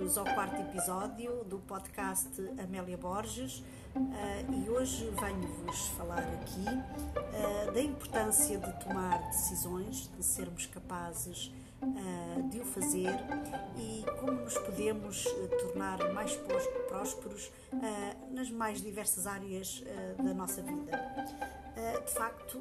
Bem-vindos ao quarto episódio do podcast Amélia Borges e hoje venho-vos falar aqui da importância de tomar decisões, de sermos capazes de o fazer e como nos podemos tornar mais prósperos nas mais diversas áreas da nossa vida. De facto,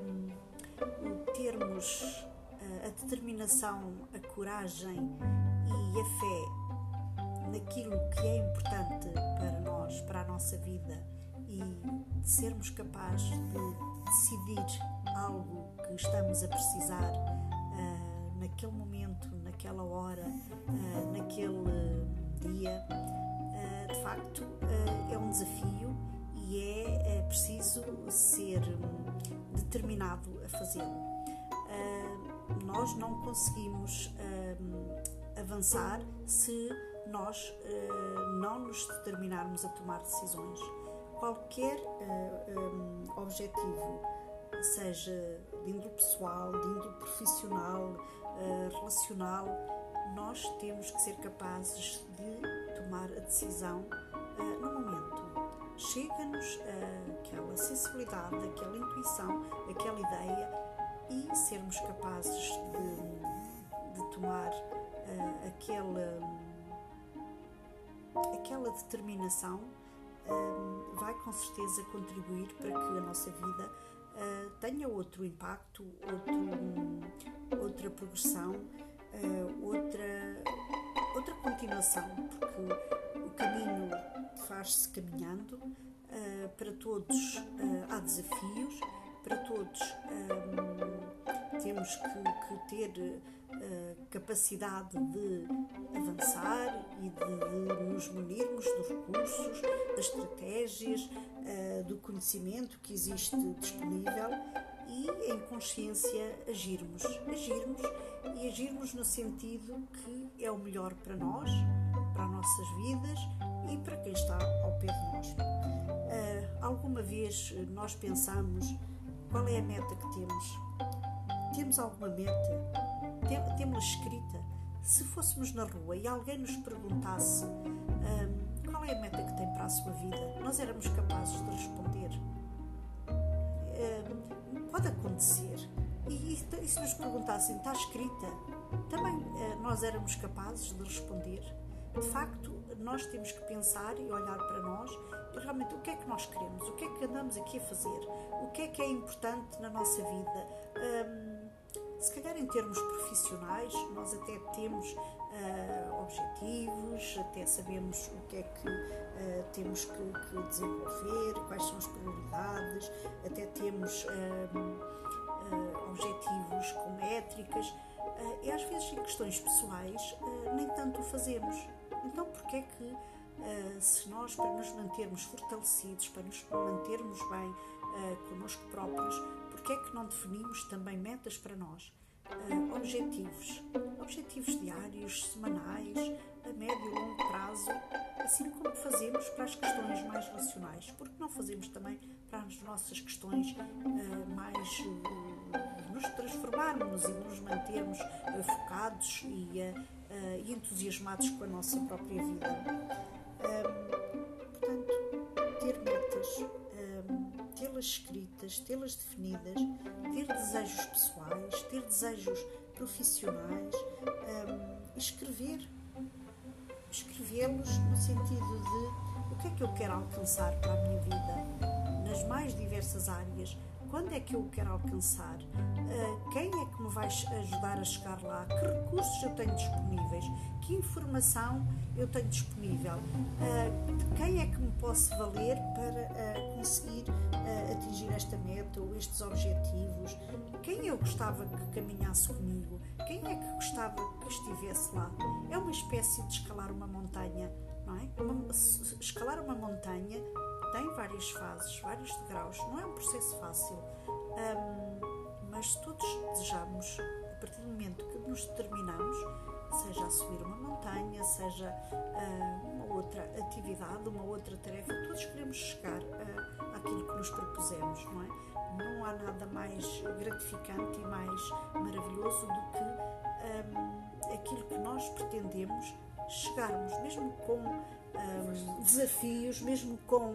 termos a determinação, a coragem e a fé naquilo que é importante para nós, para a nossa vida, e de sermos capazes de decidir algo que estamos a precisar naquele momento, naquela hora, naquele dia, de facto é um desafio e é preciso ser determinado a fazê-lo. Nós não conseguimos avançar se nós não nos determinarmos a tomar decisões. Qualquer objetivo, seja de índole pessoal, de índole profissional, relacional, nós temos que ser capazes de tomar a decisão no momento. Chega-nos aquela sensibilidade, aquela intuição, aquela ideia e sermos capazes de tomar aquela determinação vai com certeza contribuir para que a nossa vida tenha outro impacto, outra progressão, outra continuação, porque o caminho faz-se caminhando. Para todos há desafios, para todos temos que ter capacidade de avançar e de nos munirmos dos recursos, das estratégias, do conhecimento que existe disponível e, em consciência, agirmos no sentido que é o melhor para nós, para as nossas vidas e para quem está ao pé de nós. Alguma vez nós pensamos qual é a meta que temos? Temos alguma meta? Temos-la escrita? Se fôssemos na rua e alguém nos perguntasse qual é a meta que tem para a sua vida, nós éramos capazes de responder. Pode acontecer. E se nos perguntassem, está escrita? Também nós éramos capazes de responder. De facto, nós temos que pensar e olhar para nós e realmente o que é que nós queremos, o que é que andamos aqui a fazer, o que é importante na nossa vida. Se calhar em termos profissionais, nós até temos objetivos, até sabemos o que é que temos que desenvolver, quais são as prioridades, até temos objetivos com métricas, e às vezes em questões pessoais nem tanto o fazemos. Então porquê é que se nós, para nos mantermos fortalecidos, para nos mantermos bem connosco próprios, porquê é que não definimos também metas para nós? Objetivos diários, semanais, a médio e longo prazo, assim como fazemos para as questões mais relacionais. Porque não fazemos também para as nossas questões mais nos transformarmos e nos mantermos focados e entusiasmados com a nossa própria vida. Portanto, ter metas, tê-las escritas, tê-las definidas, ter desejos pessoais, ter desejos profissionais, escrevê-los no sentido de o que é que eu quero alcançar para a minha vida, nas mais diversas áreas, quando é que eu o quero alcançar, quem é que me vai ajudar a chegar lá, que recursos eu tenho disponíveis, que informação eu tenho disponível, de quem é que me posso valer para conseguir atingir esta meta ou estes objetivos, quem eu gostava que caminhasse comigo, quem é que gostava que estivesse lá. É uma espécie de escalar uma montanha, não é? Escalar uma montanha tem várias fases, vários degraus, não é um processo fácil, mas todos desejamos, a partir do momento que nos determinamos, seja a subir uma montanha, seja uma outra atividade, uma outra tarefa, todos queremos chegar àquilo que nos propusemos, não é? Não há nada mais gratificante e mais maravilhoso do que aquilo que nós pretendemos chegarmos, mesmo com desafios, mesmo com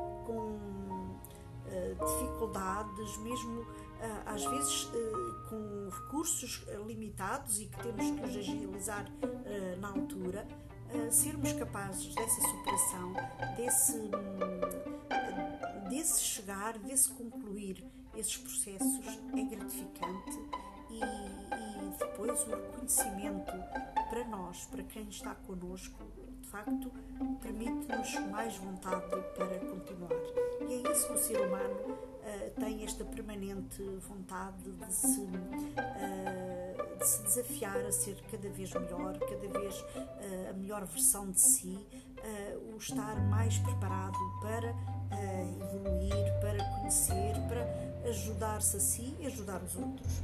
dificuldades, mesmo às vezes com recursos limitados e que temos que os agilizar na altura, sermos capazes dessa superação, desse chegar, desse concluir esses processos é gratificante e depois o reconhecimento para nós, para quem está connosco, de facto permite-nos mais vontade para continuar. E é isso que o ser humano tem, esta permanente vontade de se desafiar a ser cada vez melhor, cada vez a melhor versão de si, o estar mais preparado para evoluir, para conhecer, para ajudar-se a si e ajudar os outros.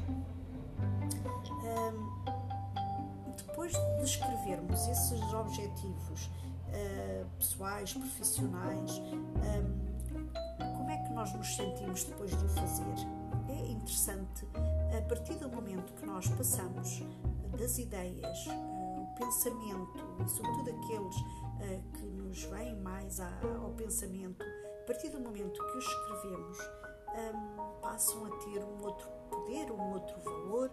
Depois de descrevermos esses objetivos pessoais, profissionais, como é que nós nos sentimos depois de o fazer? É interessante, a partir do momento que nós passamos das ideias, o pensamento e sobretudo aqueles que nos vêm mais ao pensamento, a partir do momento que os escrevemos, passam a ter um outro poder, um outro valor,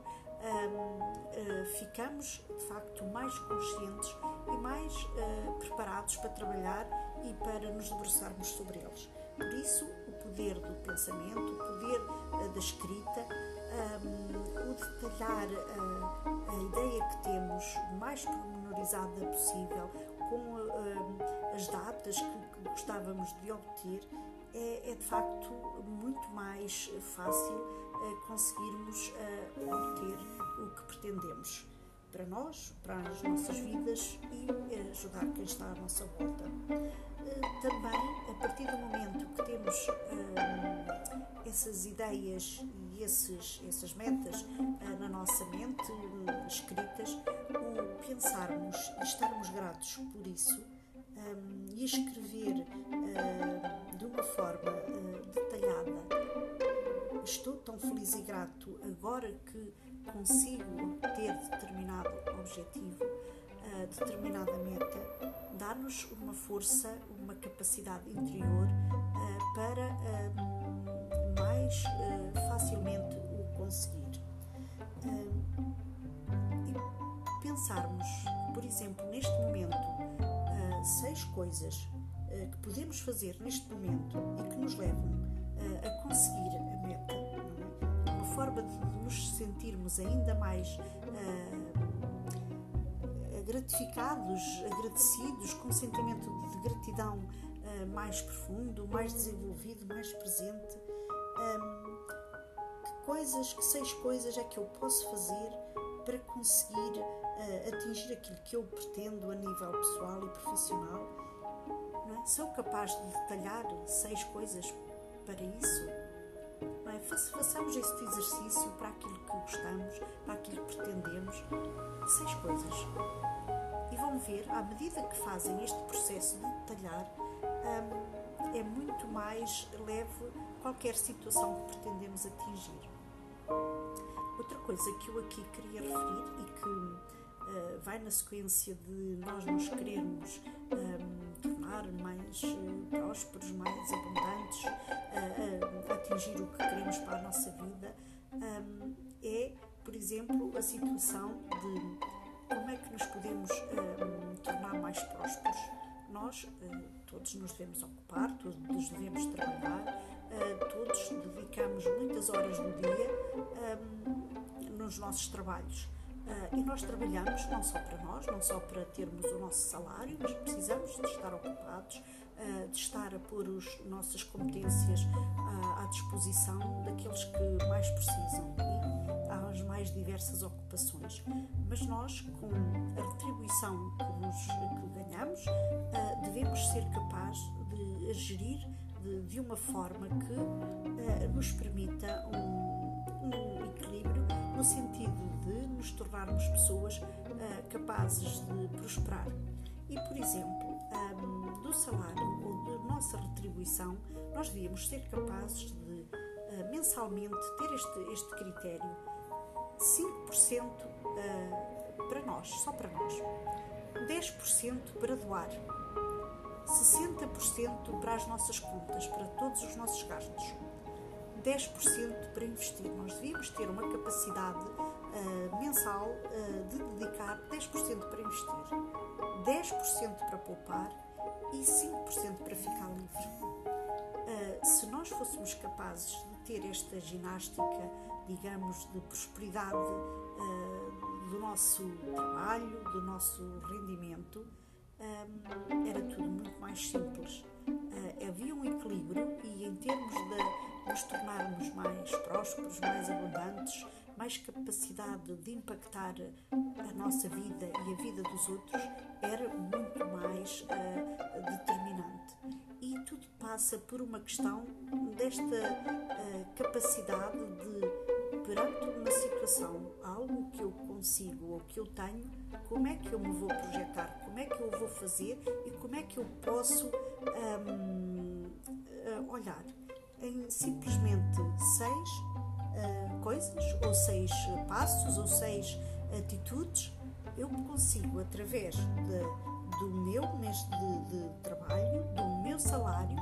ficamos de facto mais conscientes e mais preparados para trabalhar e para nos debruçarmos sobre eles. Por isso, o poder do pensamento, o poder da escrita, o detalhar a ideia que temos o mais pormenorizada possível, com as datas que gostávamos de obter, é de facto muito mais fácil conseguirmos obter o que pretendemos para nós, para as nossas vidas e ajudar quem está à nossa volta. Também, a partir do momento que temos essas ideias e essas metas na nossa mente, escritas, o pensarmos e estarmos gratos por isso e escrever de uma forma detalhada: estou tão feliz e grato agora que consigo ter determinado objetivo, determinada meta, dá-nos uma força, uma capacidade interior para mais facilmente o conseguir. E pensarmos, por exemplo, neste momento, 6 coisas que podemos fazer neste momento e que nos levam a conseguir a meta, não é? Uma forma de nos sentirmos ainda mais gratificados, agradecidos, com um sentimento de gratidão mais profundo, mais desenvolvido, mais presente. Que 6 coisas é que eu posso fazer para conseguir atingir aquilo que eu pretendo a nível pessoal e profissional? Não é? Sou capaz de detalhar 6 coisas para isso? Não é? Façamos este exercício para aquilo que gostamos, para aquilo que pretendemos. 6 coisas. E vão ver, à medida que fazem este processo de detalhar, é muito mais leve qualquer situação que pretendemos atingir. Outra coisa que eu aqui queria referir e que vai na sequência de nós nos querermos tornar mais prósperos, mais abundantes, atingir o que queremos para a nossa vida, é, por exemplo, a situação de como é que nos podemos tornar mais prósperos. Nós todos nos devemos ocupar, todos devemos trabalhar, todos dedicamos muitas horas do dia nos nossos trabalhos. E nós trabalhamos não só para nós, não só para termos o nosso salário, mas precisamos de estar ocupados, de estar a pôr as nossas competências à disposição daqueles que mais precisam e às mais diversas ocupações. Mas nós, com a retribuição que ganhamos, devemos ser capazes de a gerir de uma forma que nos permita um equilíbrio, no sentido de nos tornarmos pessoas capazes de prosperar. E, por exemplo, do salário ou da nossa retribuição, nós devíamos ser capazes de mensalmente ter este critério: 5% para nós, só para nós. 10% para doar, 60% para as nossas contas, para todos os nossos gastos, 10% para investir. Nós devíamos ter uma capacidade mensal de dedicar 10% para investir, 10% para poupar e 5% para ficar livre. Se nós fôssemos capazes de ter esta ginástica, digamos, de prosperidade do nosso trabalho, do nosso rendimento, era tudo muito mais simples. Havia um equilíbrio e, em termos de nos tornarmos mais prósperos, mais abundantes, mais capacidade de impactar a nossa vida e a vida dos outros, era muito mais determinante. E tudo passa por uma questão desta capacidade de, perante uma situação, algo que eu consigo ou que eu tenho, como é que eu me vou projetar, como é que eu vou fazer e como é que eu posso olhar em simplesmente 6 coisas, ou 6 passos, ou 6 atitudes. Eu consigo, através do meu mês de trabalho, do meu salário,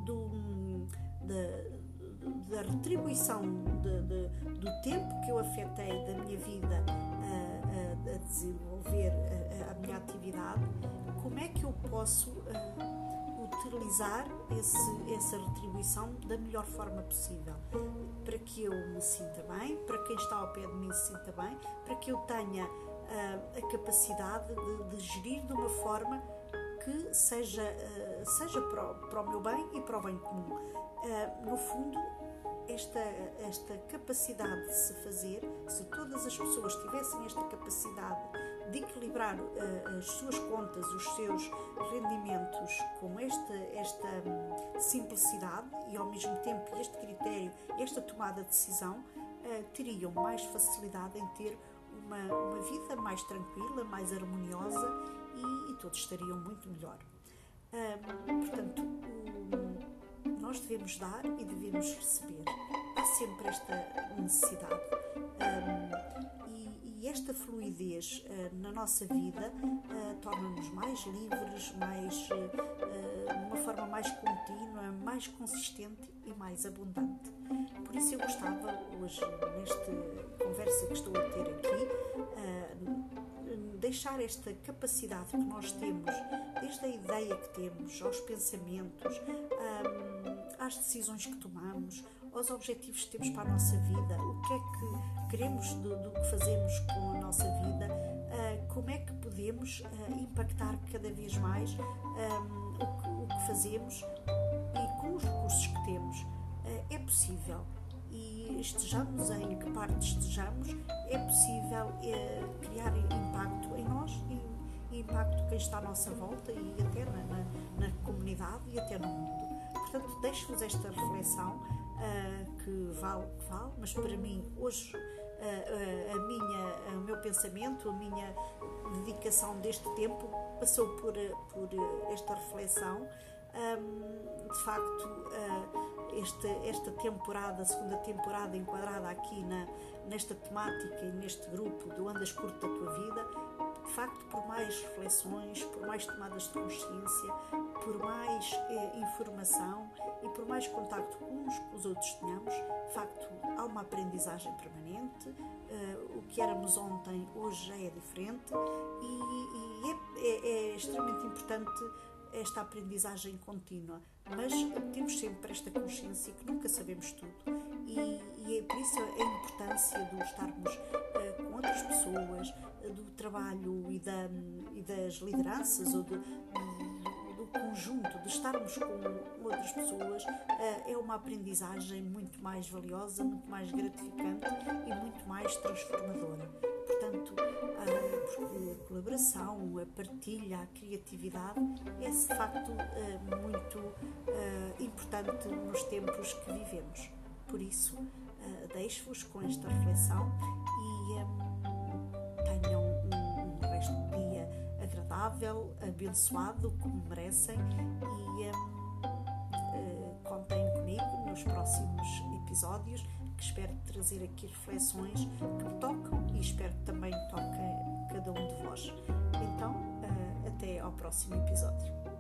da retribuição do tempo que eu afetei da minha vida a desenvolver a minha atividade, como é que eu posso utilizar essa retribuição da melhor forma possível, para que eu me sinta bem, para quem está ao pé de mim se sinta bem, para que eu tenha a capacidade de gerir de uma forma que seja para o meu bem e para o bem comum. No fundo, esta capacidade de se fazer, se todas as pessoas tivessem esta capacidade de equilibrar as suas contas, os seus rendimentos com esta simplicidade e, ao mesmo tempo, este critério, esta tomada de decisão, teriam mais facilidade em ter uma vida mais tranquila, mais harmoniosa e todos estariam muito melhor. Portanto, nós devemos dar e devemos receber. Há sempre esta necessidade. E esta fluidez na nossa vida torna-nos mais livres, de uma forma mais contínua, mais consistente e mais abundante. Por isso eu gostava hoje, nesta conversa que estou a ter aqui, deixar esta capacidade que nós temos, desde a ideia que temos, aos pensamentos, às decisões que tomamos, aos objetivos que temos para a nossa vida, o que é que queremos do que fazemos com a nossa vida, como é que podemos impactar cada vez mais o que fazemos e com os recursos que temos. É possível. E estejamos em que parte estejamos, é possível criar impacto em nós e impacto quem está à nossa volta e até na comunidade e até no mundo. Portanto, deixo-vos esta reflexão que vale o que vale, mas para mim, hoje, o meu pensamento, a minha dedicação deste tempo passou por esta reflexão. De facto, esta temporada, a segunda temporada enquadrada aqui nesta temática e neste grupo do Andas Curto da Tua Vida, de facto, por mais reflexões, por mais tomadas de consciência, por mais informação e por mais contacto com uns com os outros tenhamos, de facto, há uma aprendizagem permanente. O que éramos ontem, hoje já é diferente e é extremamente importante esta aprendizagem contínua, mas temos sempre esta consciência que nunca sabemos tudo e é por isso a importância de estarmos com outras pessoas, do trabalho e das lideranças ou do conjunto, de estarmos com outras pessoas, é uma aprendizagem muito mais valiosa, muito mais gratificante e muito mais transformadora. Portanto, a colaboração, a partilha, a criatividade é de facto muito importante nos tempos que vivemos. Por isso, deixo-vos com esta reflexão e tenham um resto de dia agradável, abençoado, como merecem, e contem comigo nos próximos episódios, que espero trazer aqui reflexões que me tocam e espero que também toquem cada um de vós. Então, até ao próximo episódio.